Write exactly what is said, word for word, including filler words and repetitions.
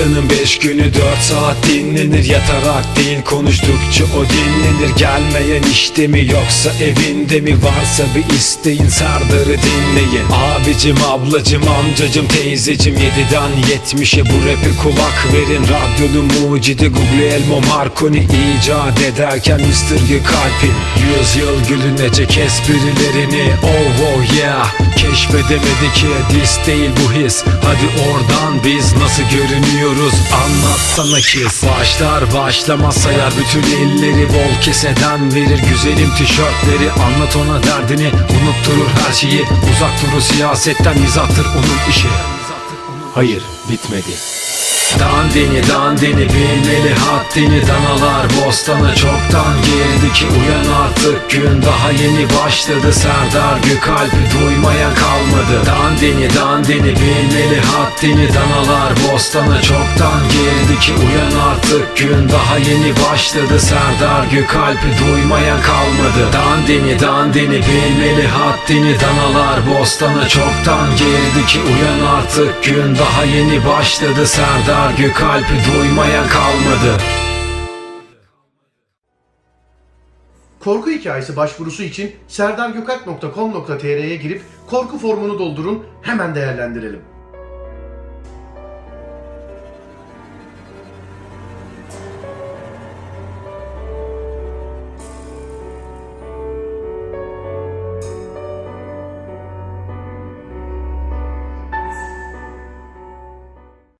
Haftanın beş günü dört saat dinlenir. Yatarak değil konuştukça o dinlenir. Gelmeyen işte mi yoksa evinde mi? Varsa bir isteğin Serdar'ı dinleyin. Abicim, ablacım, amcacım, teyzecim, yediden yetmişe bu rap'e kulak verin. Radyonun mucidi Guglielmo Marconi icat ederken mister Kalp'in yüzyıl gülünecek esprilerini oh oh yeah keşfedemedi ki diss değil bu his. Hadi oradan biz nasıl görünüyoruz anlatsana kiss. Başlar başlamaz sayar bütün illeri, bol keseden verir güzelim tişörtleri. Anlat ona derdini, unutturur her şeyi, uzak durur siyasetten, mizahtır onun işi. Hayır, bitmedi. Dandini dandini bilmeli haddini, danalar bostana çoktan girdi ki uyan artık, gün daha yeni başladı. Serdar Gökalp duymayan kalmadı. Dandini dandini bilmeli haddini, danalar bostana çoktan girdi ki uyan artık, gün daha yeni başladı. Serdar Gökalp duymayan kalmadı. Dandini dandini bilmeli haddini, danalar bostana çoktan girdi ki uyan artık, gün daha yeni başladı. Serdar Gökalp duymayan kalmadı. Korku hikayesi başvurusu için serdargökalp nokta com nokta tr'ye girip korku formunu doldurun, hemen değerlendirelim.